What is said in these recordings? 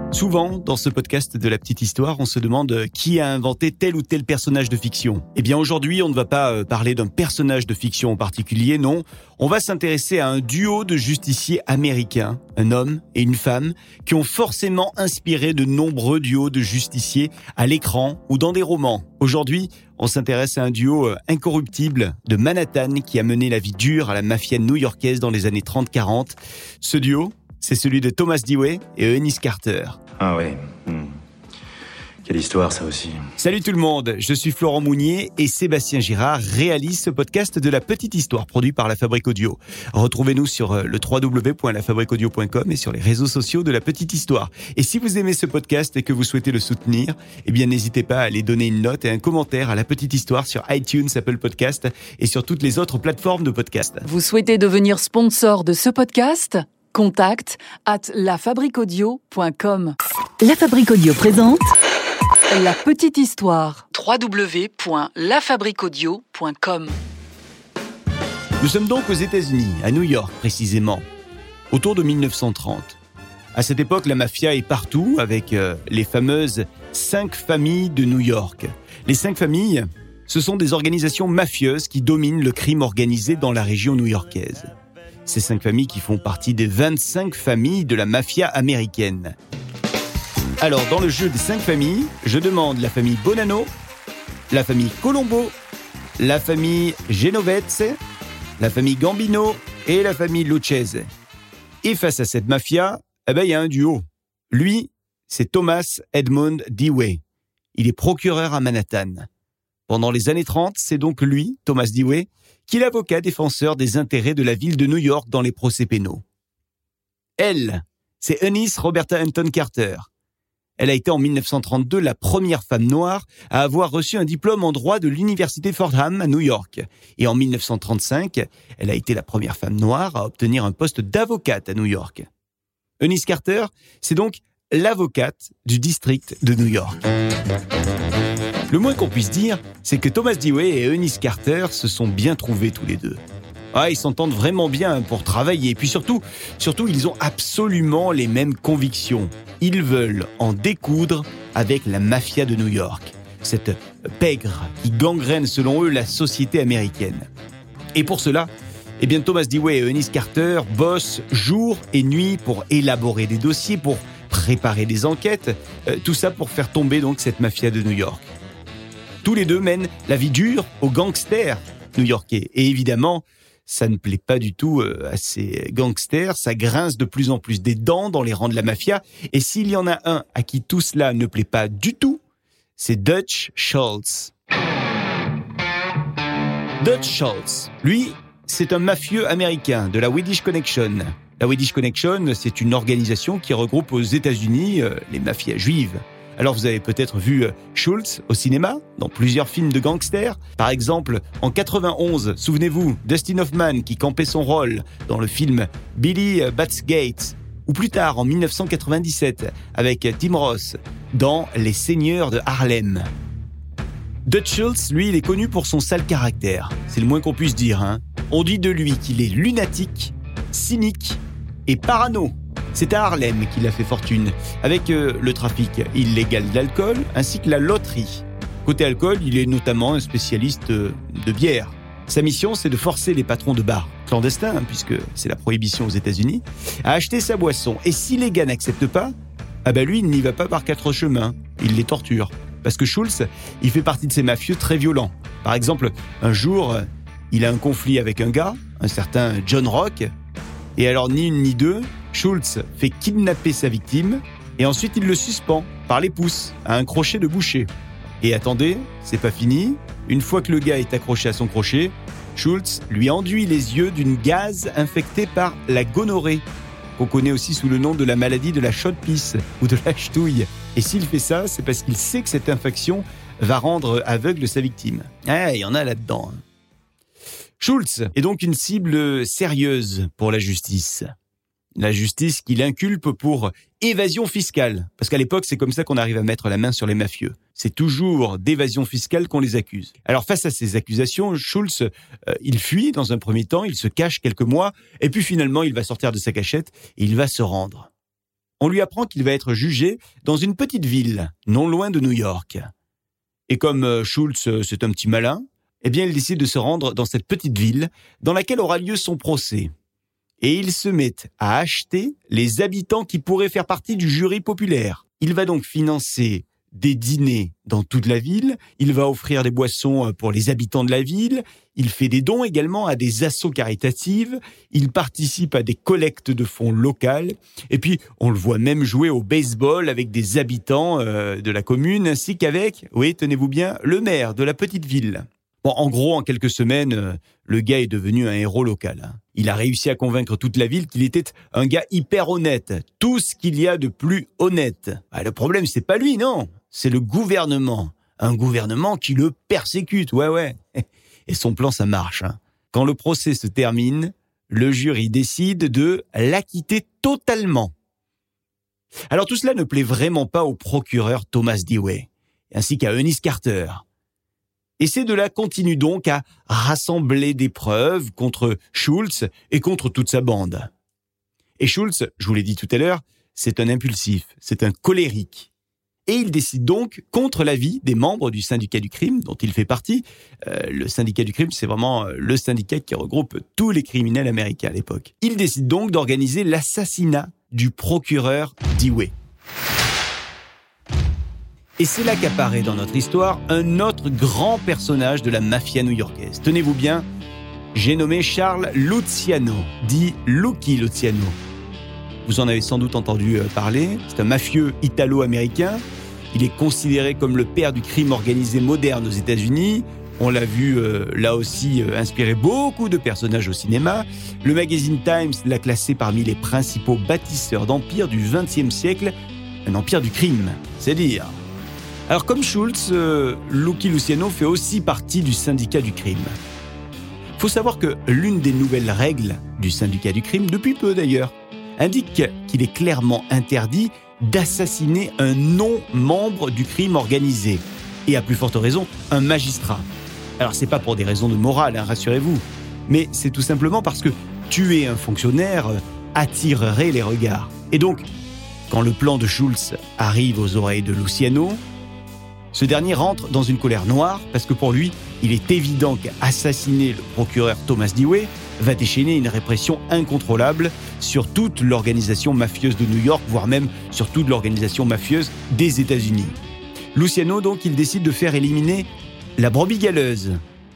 Souvent, dans ce podcast de La Petite Histoire, on se demande qui a inventé tel ou tel personnage de fiction. Eh bien aujourd'hui, on ne va pas parler d'un personnage de fiction en particulier, non. On va s'intéresser à un duo de justiciers américains, un homme et une femme, qui ont forcément inspiré de nombreux duos de justiciers à l'écran ou dans des romans. Aujourd'hui, on s'intéresse à un duo incorruptible de Manhattan qui a mené la vie dure à la mafia new-yorkaise dans les années 30-40. Ce duo, c'est celui de Thomas Dewey et Eunice Carter. Ah ouais. Quelle histoire, ça aussi. Salut tout le monde, je suis Florent Mounier et Sébastien Girard réalise ce podcast de La Petite Histoire produit par La Fabrique Audio. Retrouvez-nous sur le www.lafabriqueaudio.com et sur les réseaux sociaux de La Petite Histoire. Et si vous aimez ce podcast et que vous souhaitez le soutenir, eh bien n'hésitez pas à aller donner une note et un commentaire à La Petite Histoire sur iTunes, Apple Podcast et sur toutes les autres plateformes de podcast. Vous souhaitez devenir sponsor de ce podcast ? contact@lafabriqueaudio.com. La Fabrique Audio présente La Petite Histoire. www.lafabriqueaudio.com. Nous sommes donc aux États-Unis, à New York précisément, autour de 1930. À cette époque, la mafia est partout avec les fameuses 5 familles de New York. Les 5 familles, ce sont des organisations mafieuses qui dominent le crime organisé dans la région new-yorkaise. Ces 5 familles qui font partie des 25 familles de la mafia américaine. Alors, dans le jeu des 5 familles, je demande la famille Bonanno, la famille Colombo, la famille Genovese, la famille Gambino et la famille Lucchese. Et face à cette mafia, il y a un duo. Lui, c'est Thomas Edmond Dewey. Il est procureur à Manhattan. Pendant les années 30, c'est donc lui, Thomas Dewey, qui est l'avocat défenseur des intérêts de la ville de New York dans les procès pénaux. Elle, c'est Eunice Roberta Anton Carter. Elle a été en 1932 la première femme noire à avoir reçu un diplôme en droit de l'université Fordham à New York. Et en 1935, elle a été la première femme noire à obtenir un poste d'avocate à New York. Eunice Carter, c'est donc l'avocate du district de New York. Le moins qu'on puisse dire, c'est que Thomas Dewey et Eunice Carter se sont bien trouvés tous les deux. Ils s'entendent vraiment bien pour travailler. Et puis surtout, ils ont absolument les mêmes convictions. Ils veulent en découdre avec la mafia de New York. Cette pègre qui gangrène selon eux la société américaine. Et pour cela, Thomas Dewey et Eunice Carter bossent jour et nuit pour élaborer des dossiers, pour préparer des enquêtes. Tout ça pour faire tomber donc cette mafia de New York. Tous les deux mènent la vie dure aux gangsters new-yorkais. Et évidemment, ça ne plaît pas du tout à ces gangsters. Ça grince de plus en plus des dents dans les rangs de la mafia. Et s'il y en a un à qui tout cela ne plaît pas du tout, c'est Dutch Schultz. Dutch Schultz, lui, c'est un mafieux américain de la Swedish Connection. La Swedish Connection, c'est une organisation qui regroupe aux États-Unis les mafias juives. Alors vous avez peut-être vu Schultz au cinéma, dans plusieurs films de gangsters. Par exemple, en 91, souvenez-vous, Dustin Hoffman qui campait son rôle dans le film Billy Bats Gates. Ou plus tard, en 1997, avec Tim Roth, dans Les Seigneurs de Harlem. Dutch Schultz, lui, il est connu pour son sale caractère. C'est le moins qu'on puisse dire. On dit de lui qu'il est lunatique, cynique et parano. C'est à Harlem qu'il a fait fortune, avec le trafic illégal d'alcool ainsi que la loterie. Côté alcool, il est notamment un spécialiste de bière. Sa mission, c'est de forcer les patrons de bars clandestins, puisque c'est la prohibition aux États-Unis, à acheter sa boisson. Et si les gars n'acceptent pas, lui, il n'y va pas par 4 chemins, il les torture. Parce que Schultz, il fait partie de ces mafieux très violents. Par exemple, un jour, il a un conflit avec un gars, un certain John Rock, et alors ni une ni deux, Schultz fait kidnapper sa victime et ensuite il le suspend par les pouces à un crochet de boucher. Et attendez, c'est pas fini. Une fois que le gars est accroché à son crochet, Schultz lui enduit les yeux d'une gaze infectée par la gonorrhée, qu'on connaît aussi sous le nom de la maladie de la chaude-pisse ou de la ch'touille. Et s'il fait ça, c'est parce qu'il sait que cette infection va rendre aveugle sa victime. Il y en a là-dedans. Schultz est donc une cible sérieuse pour la justice. La justice qui l'inculpe pour évasion fiscale. Parce qu'à l'époque, c'est comme ça qu'on arrive à mettre la main sur les mafieux. C'est toujours d'évasion fiscale qu'on les accuse. Alors face à ces accusations, Schultz, il fuit dans un premier temps, il se cache quelques mois, et puis finalement, il va sortir de sa cachette et il va se rendre. on lui apprend qu'il va être jugé dans une petite ville, non loin de New York. Et comme Schultz, c'est un petit malin, eh bien, il décide de se rendre dans cette petite ville dans laquelle aura lieu son procès. Et il se met à acheter les habitants qui pourraient faire partie du jury populaire. Il va donc financer des dîners dans toute la ville, il va offrir des boissons pour les habitants de la ville, il fait des dons également à des assos caritatives, il participe à des collectes de fonds locales, et puis on le voit même jouer au baseball avec des habitants de la commune, ainsi qu'avec, oui, tenez-vous bien, le maire de la petite ville. Bon, en gros, en quelques semaines, le gars est devenu un héros local. Il a réussi à convaincre toute la ville qu'il était un gars hyper honnête. Tout ce qu'il y a de plus honnête. Le problème, c'est pas lui, non. C'est le gouvernement. Un gouvernement qui le persécute, ouais. Et son plan, ça marche. Quand le procès se termine, le jury décide de l'acquitter totalement. Alors tout cela ne plaît vraiment pas au procureur Thomas Dewey, ainsi qu'à Eunice Carter. Et ces deux-là continuent donc à rassembler des preuves contre Schultz et contre toute sa bande. Et Schultz, je vous l'ai dit tout à l'heure, c'est un impulsif, c'est un colérique. Et il décide donc, contre l'avis des membres du syndicat du crime, dont il fait partie. Le syndicat du crime, c'est vraiment le syndicat qui regroupe tous les criminels américains à l'époque. Il décide donc d'organiser l'assassinat du procureur Dewey. Et c'est là qu'apparaît dans notre histoire un autre grand personnage de la mafia new-yorkaise. Tenez-vous bien, j'ai nommé Charles Luciano, dit Lucky Luciano. Vous en avez sans doute entendu parler, c'est un mafieux italo-américain. Il est considéré comme le père du crime organisé moderne aux États-Unis. On l'a vu là aussi inspirer beaucoup de personnages au cinéma. Le magazine Times l'a classé parmi les principaux bâtisseurs d'empires du XXe siècle, un empire du crime, c'est dire. Alors comme Schultz, Lucky Luciano fait aussi partie du syndicat du crime. Il faut savoir que l'une des nouvelles règles du syndicat du crime, depuis peu d'ailleurs, indique qu'il est clairement interdit d'assassiner un non-membre du crime organisé, et à plus forte raison, un magistrat. Alors c'est pas pour des raisons de morale, rassurez-vous, mais c'est tout simplement parce que tuer un fonctionnaire attirerait les regards. Et donc, quand le plan de Schultz arrive aux oreilles de Luciano, ce dernier rentre dans une colère noire parce que pour lui, il est évident qu'assassiner le procureur Thomas Dewey va déchaîner une répression incontrôlable sur toute l'organisation mafieuse de New York, voire même sur toute l'organisation mafieuse des États-Unis. Luciano, donc, il décide de faire éliminer la brebis galeuse.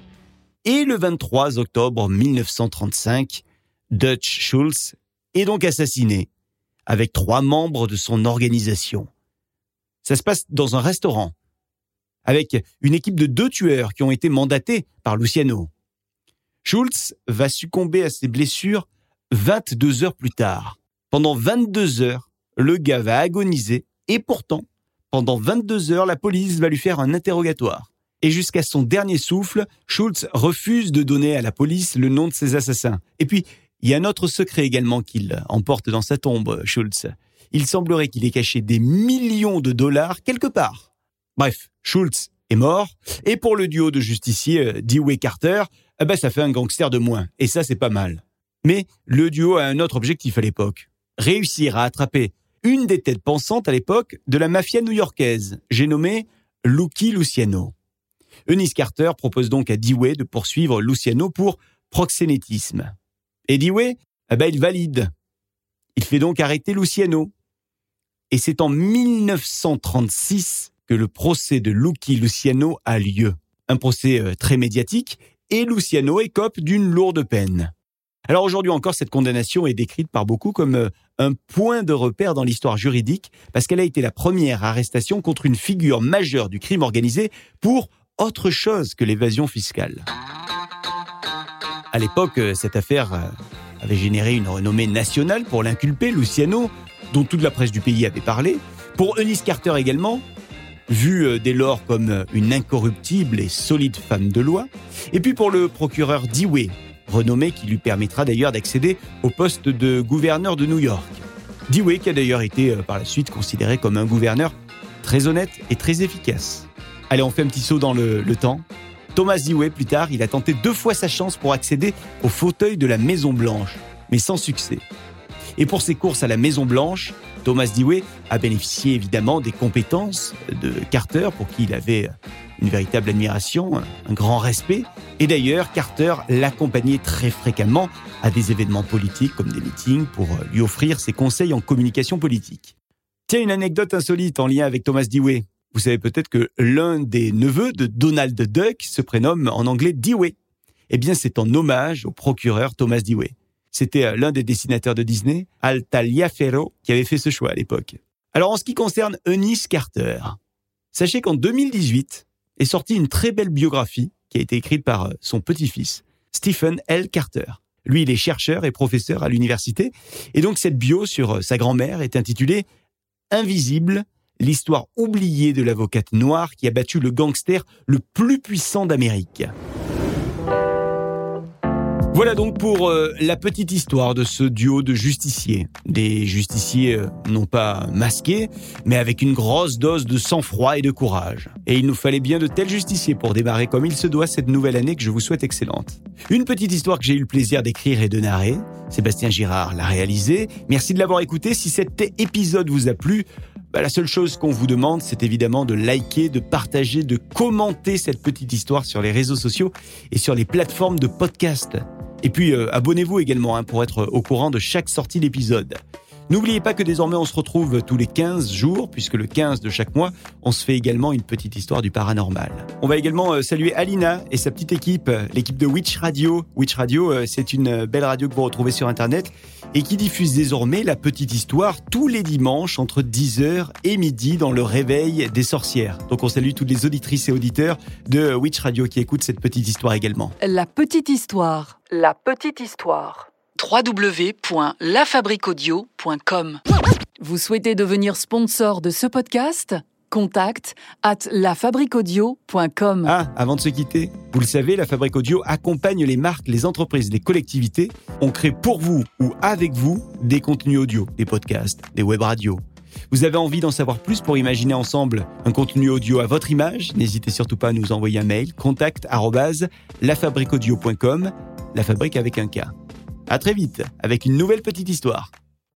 Et le 23 octobre 1935, Dutch Schultz est donc assassiné, avec 3 membres de son organisation. Ça se passe dans un restaurant, avec une équipe de 2 tueurs qui ont été mandatés par Luciano. Schultz va succomber à ses blessures 22 heures plus tard. Pendant 22 heures, le gars va agoniser et pourtant, pendant 22 heures, la police va lui faire un interrogatoire. Et jusqu'à son dernier souffle, Schultz refuse de donner à la police le nom de ses assassins. Et puis, il y a un autre secret également qu'il emporte dans sa tombe, Schultz. Il semblerait qu'il ait caché des millions de dollars quelque part. Bref, Schultz est mort, et pour le duo de justiciers Dewey Carter, ça fait un gangster de moins, et ça c'est pas mal. Mais le duo a un autre objectif à l'époque, réussir à attraper une des têtes pensantes à l'époque de la mafia new-yorkaise, j'ai nommé Lucky Luciano. Eunice Carter propose donc à Dewey de poursuivre Luciano pour proxénétisme. Et Dewey, il valide. Il fait donc arrêter Luciano. Et c'est en 1936 que le procès de Lucky Luciano a lieu. Un procès très médiatique, et Luciano écope d'une lourde peine. Alors aujourd'hui encore, cette condamnation est décrite par beaucoup comme un point de repère dans l'histoire juridique, parce qu'elle a été la première arrestation contre une figure majeure du crime organisé pour autre chose que l'évasion fiscale. À l'époque, cette affaire avait généré une renommée nationale pour l'inculpé, Luciano, dont toute la presse du pays avait parlé, pour Eunice Carter également, vue dès lors comme une incorruptible et solide femme de loi, et puis pour le procureur Dewey, renommé qui lui permettra d'ailleurs d'accéder au poste de gouverneur de New York. Dewey qui a d'ailleurs été par la suite considéré comme un gouverneur très honnête et très efficace. Allez, on fait un petit saut dans le temps. Thomas Dewey, plus tard, il a tenté 2 fois sa chance pour accéder au fauteuil de la Maison Blanche, mais sans succès. Et pour ses courses à la Maison Blanche, Thomas Dewey a bénéficié évidemment des compétences de Carter, pour qui il avait une véritable admiration, un grand respect. Et d'ailleurs, Carter l'accompagnait très fréquemment à des événements politiques comme des meetings pour lui offrir ses conseils en communication politique. Tiens, une anecdote insolite en lien avec Thomas Dewey. Vous savez peut-être que l'un des neveux de Donald Duck se prénomme en anglais Dewey. Eh bien, c'est en hommage au procureur Thomas Dewey. C'était l'un des dessinateurs de Disney, Al Taliaferro, qui avait fait ce choix à l'époque. Alors, en ce qui concerne Eunice Carter, sachez qu'en 2018 est sortie une très belle biographie qui a été écrite par son petit-fils, Stephen L. Carter. Lui, il est chercheur et professeur à l'université. Et donc, cette bio sur sa grand-mère est intitulée « Invisible, l'histoire oubliée de l'avocate noire qui a battu le gangster le plus puissant d'Amérique ». Voilà donc pour la petite histoire de ce duo de justiciers. Des justiciers non pas masqués, mais avec une grosse dose de sang-froid et de courage. Et il nous fallait bien de tels justiciers pour démarrer comme il se doit cette nouvelle année que je vous souhaite excellente. Une petite histoire que j'ai eu le plaisir d'écrire et de narrer. Sébastien Girard l'a réalisée. Merci de l'avoir écouté. Si cet épisode vous a plu, la seule chose qu'on vous demande, c'est évidemment de liker, de partager, de commenter cette petite histoire sur les réseaux sociaux et sur les plateformes de podcast. Et puis, abonnez-vous également pour être au courant de chaque sortie d'épisode. N'oubliez pas que désormais, on se retrouve tous les 15 jours, puisque le 15 de chaque mois, on se fait également une petite histoire du paranormal. On va également saluer Alina et sa petite équipe, l'équipe de Witch Radio. Witch Radio, c'est une belle radio que vous retrouvez sur Internet et qui diffuse désormais la petite histoire tous les dimanches entre 10h et midi dans le réveil des sorcières. Donc on salue toutes les auditrices et auditeurs de Witch Radio qui écoutent cette petite histoire également. La petite histoire. La petite histoire. www.lafabriquaudio.com. Vous souhaitez devenir sponsor de ce podcast ? Contact @lafabriquaudio.com. Ah, avant de se quitter, vous le savez, La Fabrique Audio accompagne les marques, les entreprises, les collectivités. On crée pour vous ou avec vous des contenus audio, des podcasts, des web radios. Vous avez envie d'en savoir plus pour imaginer ensemble un contenu audio à votre image ? N'hésitez surtout pas à nous envoyer un mail, contact@lafabriquaudio.com, la fabrique avec un K. À très vite avec une nouvelle petite histoire.